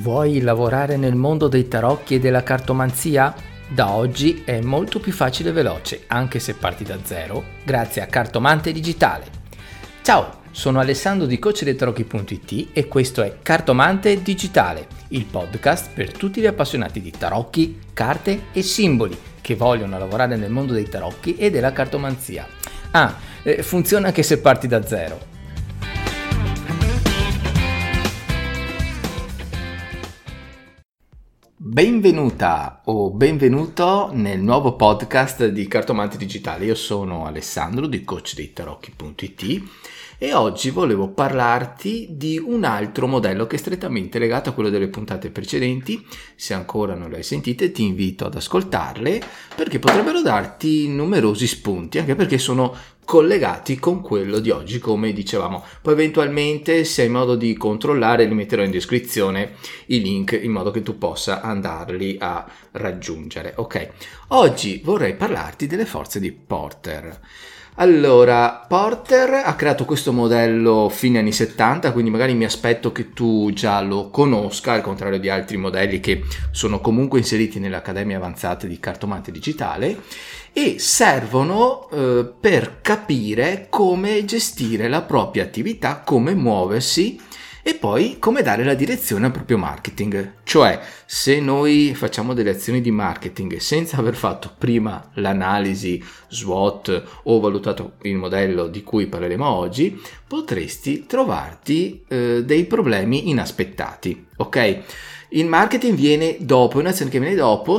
Vuoi lavorare nel mondo dei tarocchi e della cartomanzia? Da oggi è molto più facile e veloce, anche se parti da zero, grazie a Cartomante Digitale. Ciao, sono Alessandro di coachdeitarocchi.it e questo è Cartomante Digitale, il podcast per tutti gli appassionati di tarocchi, carte e simboli che vogliono lavorare nel mondo dei tarocchi e della cartomanzia. Funziona anche se parti da zero. Benvenuta o benvenuto nel nuovo podcast di Cartomante Digitale. Io sono Alessandro di coachdeitarocchi.it e oggi volevo parlarti di un altro modello che è strettamente legato a quello delle puntate precedenti. Se ancora non le hai sentite, ti invito ad ascoltarle perché potrebbero darti numerosi spunti, anche perché sono collegati con quello di oggi, come dicevamo. Poi eventualmente, se hai modo di controllare, li metterò in descrizione i link in modo che tu possa andarli a raggiungere. Ok, oggi vorrei parlarti delle forze di Porter. Allora, Porter ha creato questo modello fine anni 70, quindi magari mi aspetto che tu già lo conosca, al contrario di altri modelli che sono comunque inseriti nell'Accademia Avanzata di Cartomante Digitale, e servono per capire come gestire la propria attività, come muoversi e poi come dare la direzione al proprio marketing. Cioè, se noi facciamo delle azioni di marketing senza aver fatto prima l'analisi SWOT o valutato il modello di cui parleremo oggi, potresti trovarti dei problemi inaspettati. Ok? Il marketing viene dopo, è un'azione che viene dopo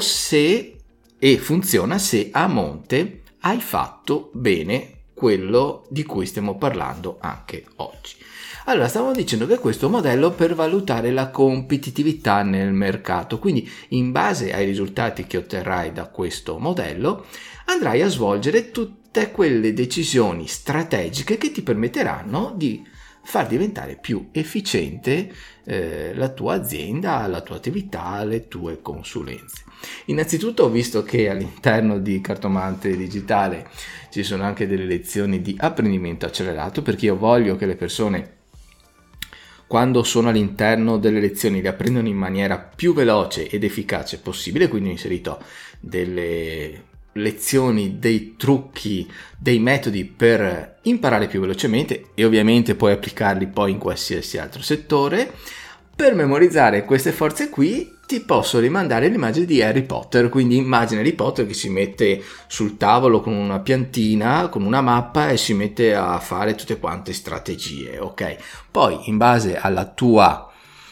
e funziona se a monte hai fatto bene quello di cui stiamo parlando anche oggi. Allora, stavamo dicendo che questo modello per valutare la competitività nel mercato, quindi in base ai risultati che otterrai da questo modello andrai a svolgere tutte quelle decisioni strategiche che ti permetteranno di far diventare più efficiente la tua azienda, la tua attività, le tue consulenze. Innanzitutto ho visto che all'interno di Cartomante Digitale ci sono anche delle lezioni di apprendimento accelerato, perché io voglio che le persone, quando sono all'interno delle lezioni, le apprendano in maniera più veloce ed efficace possibile. Quindi ho inserito delle lezioni, dei trucchi, dei metodi per imparare più velocemente e ovviamente puoi applicarli poi in qualsiasi altro settore. Per memorizzare queste forze qui ti posso rimandare l'immagine di Harry Potter, quindi immagina Harry Potter che si mette sul tavolo con una piantina, con una mappa e si mette a fare tutte quante strategie, ok? Poi in base alla tua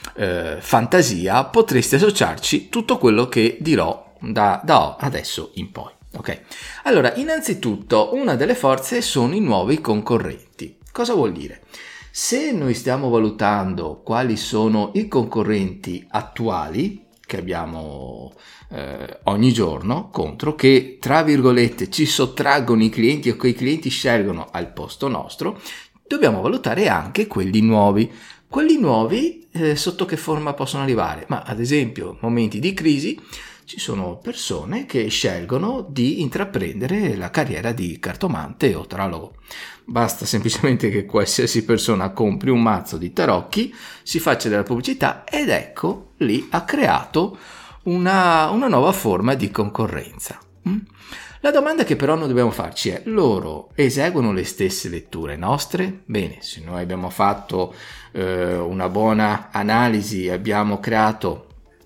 fantasia potresti associarci tutto quello che dirò da adesso in poi. Ok, allora innanzitutto una delle forze sono i nuovi concorrenti. Cosa vuol dire? Se noi stiamo valutando quali sono i concorrenti attuali che abbiamo ogni giorno contro, che tra virgolette ci sottraggono i clienti o che i clienti scelgono al posto nostro, dobbiamo valutare anche quelli nuovi. Quelli nuovi sotto che forma possono arrivare? Ma ad esempio, momenti di crisi, ci sono persone che scelgono di intraprendere la carriera di cartomante o tarologo. Basta semplicemente che qualsiasi persona compri un mazzo di tarocchi, si faccia della pubblicità ed ecco lì ha creato una nuova forma di concorrenza. La domanda che però noi dobbiamo farci è: loro eseguono le stesse letture nostre? Bene, se noi abbiamo fatto una buona analisi, abbiamo creato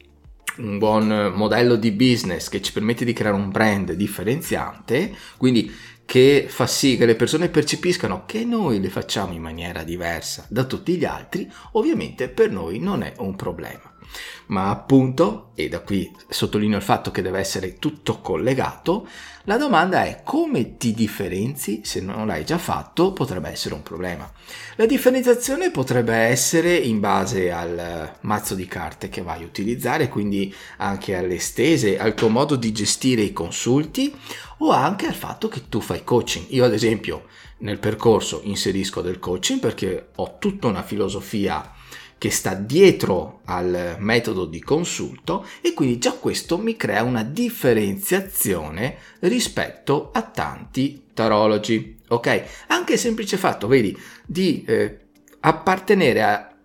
un buon modello di business che ci permette di creare un brand differenziante, quindi che fa sì che le persone percepiscano che noi le facciamo in maniera diversa da tutti gli altri, ovviamente per noi non è un problema. Ma appunto, e da qui sottolineo il fatto che deve essere tutto collegato, la domanda è: come ti differenzi? Se non l'hai già fatto potrebbe essere un problema. La differenziazione potrebbe essere in base al mazzo di carte che vai a utilizzare, quindi anche alle stese, al tuo modo di gestire i consulti o anche al fatto che tu fai coaching. Io ad esempio nel percorso inserisco del coaching perché ho tutta una filosofia che sta dietro al metodo di consulto e quindi già questo mi crea una differenziazione rispetto a tanti tarologi, ok? Anche il semplice fatto, vedi, di appartenere a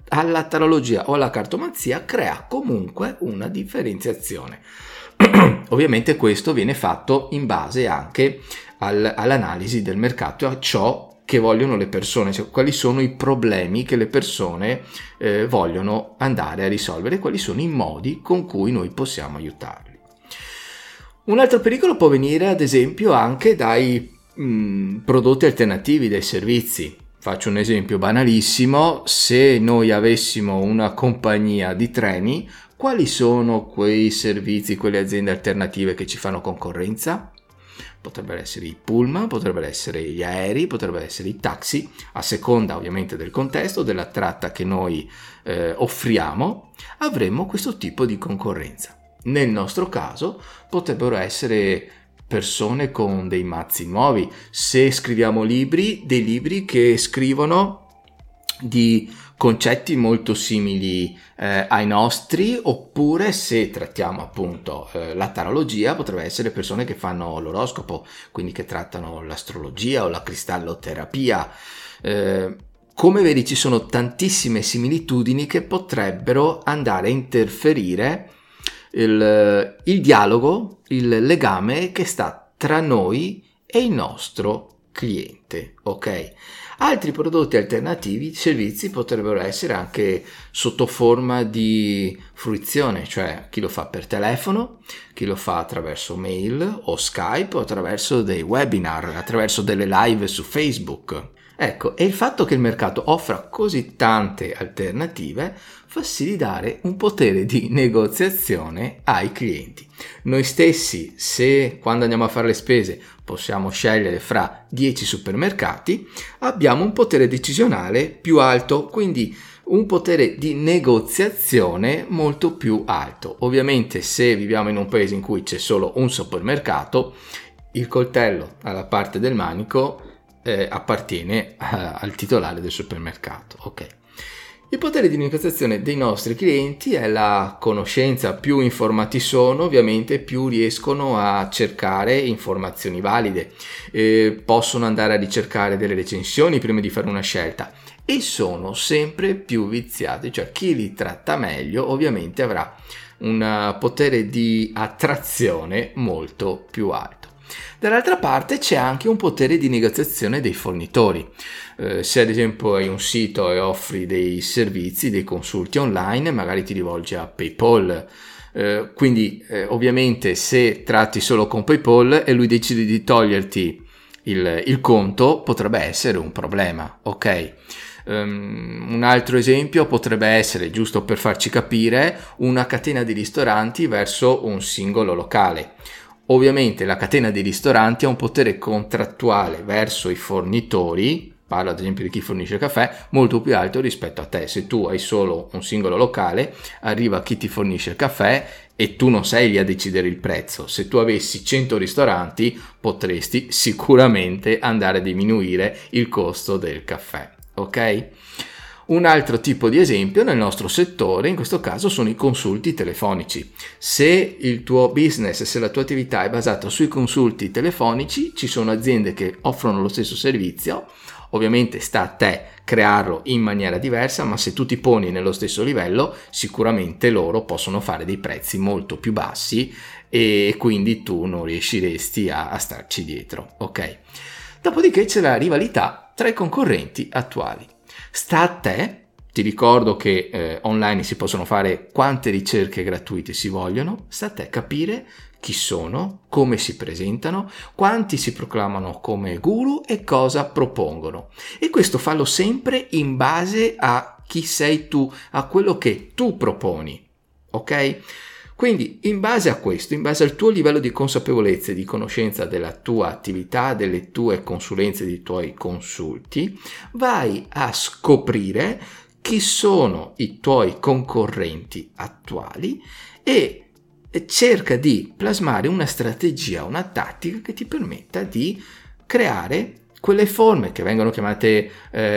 alla tarologia o alla cartomanzia crea comunque una differenziazione. Ovviamente questo viene fatto in base anche all'analisi del mercato, a ciò che vogliono le persone, cioè quali sono i problemi che le persone vogliono andare a risolvere, quali sono i modi con cui noi possiamo aiutarli. Un altro pericolo può venire ad esempio anche dai prodotti alternativi, dai servizi. Faccio un esempio banalissimo: se noi avessimo una compagnia di treni, quali sono quei servizi, quelle aziende alternative che ci fanno concorrenza? Potrebbero essere i pullman, potrebbero essere gli aerei, potrebbero essere i taxi, a seconda ovviamente del contesto, della tratta che noi offriamo, avremmo questo tipo di concorrenza. Nel nostro caso potrebbero essere persone con dei mazzi nuovi. Se scriviamo libri, dei libri che scrivono di concetti molto simili ai nostri, oppure se trattiamo appunto la tarologia, potrebbe essere persone che fanno l'oroscopo, quindi che trattano l'astrologia o la cristalloterapia. Come vedi, ci sono tantissime similitudini che potrebbero andare a interferire il dialogo, il legame che sta tra noi e il nostro cliente, ok? Altri prodotti alternativi, servizi, potrebbero essere anche sotto forma di fruizione, cioè chi lo fa per telefono, chi lo fa attraverso mail o Skype o attraverso dei webinar, attraverso delle live su Facebook. Ecco, e il fatto che il mercato offra così tante alternative fa sì di dare un potere di negoziazione ai clienti. Noi stessi, se quando andiamo a fare le spese possiamo scegliere fra 10 supermercati, abbiamo un potere decisionale più alto, quindi un potere di negoziazione molto più alto. Ovviamente se viviamo in un paese in cui c'è solo un supermercato, il coltello alla parte del manico appartiene al titolare del supermercato, ok? Il potere di negoziazione dei nostri clienti è la conoscenza. Più informati sono, ovviamente più riescono a cercare informazioni valide, possono andare a ricercare delle recensioni prima di fare una scelta e sono sempre più viziati, cioè chi li tratta meglio ovviamente avrà un potere di attrazione molto più alto. Dall'altra parte c'è anche un potere di negoziazione dei fornitori. Se ad esempio hai un sito e offri dei servizi, dei consulti online, magari ti rivolgi a PayPal. Quindi ovviamente se tratti solo con PayPal e lui decide di toglierti il conto, potrebbe essere un problema, ok? Un altro esempio potrebbe essere, giusto per farci capire, una catena di ristoranti verso un singolo locale. Ovviamente la catena di ristoranti ha un potere contrattuale verso i fornitori, parlo ad esempio di chi fornisce il caffè, molto più alto rispetto a te. Se tu hai solo un singolo locale, arriva chi ti fornisce il caffè e tu non sei lì a decidere il prezzo. Se tu avessi 100 ristoranti, potresti sicuramente andare a diminuire il costo del caffè, ok? Un altro tipo di esempio nel nostro settore, in questo caso, sono i consulti telefonici. Se il tuo business, se la tua attività è basata sui consulti telefonici, ci sono aziende che offrono lo stesso servizio. Ovviamente sta a te crearlo in maniera diversa, ma se tu ti poni nello stesso livello, sicuramente loro possono fare dei prezzi molto più bassi e quindi tu non riusciresti a starci dietro, ok? Dopodiché c'è la rivalità tra i concorrenti attuali. Sta a te, ti ricordo che online si possono fare quante ricerche gratuite si vogliono, sta a te capire chi sono, come si presentano, quanti si proclamano come guru e cosa propongono. E questo fallo sempre in base a chi sei tu, a quello che tu proponi, ok? Quindi in base a questo, in base al tuo livello di consapevolezza e di conoscenza della tua attività, delle tue consulenze, dei tuoi consulti, vai a scoprire chi sono i tuoi concorrenti attuali e cerca di plasmare una strategia, una tattica che ti permetta di creare quelle forme che vengono chiamate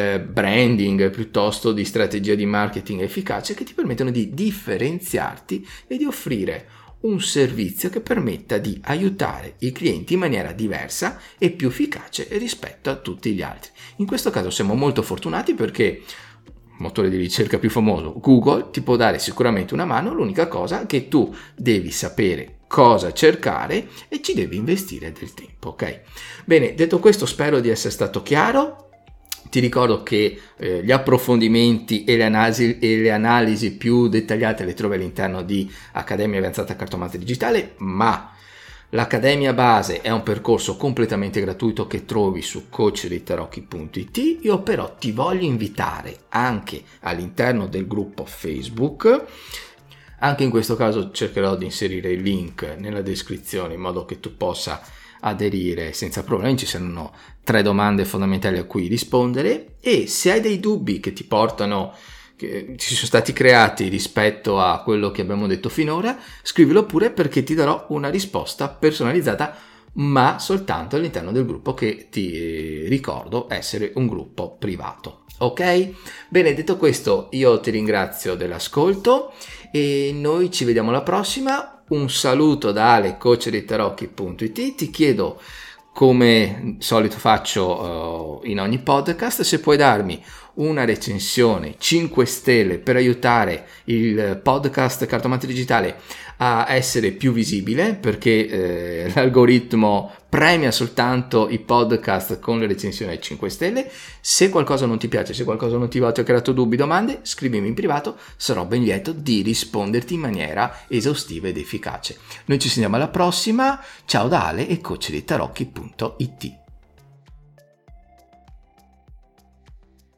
branding, piuttosto di strategia di marketing efficace, che ti permettono di differenziarti e di offrire un servizio che permetta di aiutare i clienti in maniera diversa e più efficace rispetto a tutti gli altri. In questo caso siamo molto fortunati perché motore di ricerca più famoso, Google, ti può dare sicuramente una mano. L'unica cosa è che tu devi sapere cosa cercare e ci devi investire del tempo, ok? Bene, detto questo, spero di essere stato chiaro. Ti ricordo che gli approfondimenti e le analisi più dettagliate le trovi all'interno di Accademia Avanzata Cartomante Digitale, ma l'Accademia Base è un percorso completamente gratuito che trovi su coachrittarocchi.it. Io però ti voglio invitare anche all'interno del gruppo Facebook. Anche in questo caso cercherò di inserire il link nella descrizione in modo che tu possa aderire senza problemi. Ci saranno 3 domande fondamentali a cui rispondere, e se hai dei dubbi che ti portano, che ci sono stati creati rispetto a quello che abbiamo detto finora, scrivilo pure, perché ti darò una risposta personalizzata, ma soltanto all'interno del gruppo, che ti ricordo essere un gruppo privato. Ok? Bene, detto questo, io ti ringrazio dell'ascolto e noi ci vediamo alla prossima. Un saluto da Ale, coachrittarocchi.it. Ti chiedo, come solito faccio in ogni podcast, se puoi darmi una recensione 5 stelle per aiutare il podcast Cartomante Digitale a essere più visibile, perché l'algoritmo premia soltanto i podcast con le recensioni ai 5 stelle. Se qualcosa non ti piace, se qualcosa non ti va, ti ha creato dubbi, domande, scrivimi in privato, sarò ben lieto di risponderti in maniera esaustiva ed efficace. Noi ci sentiamo alla prossima, ciao da Ale e coachrittarocchi.it.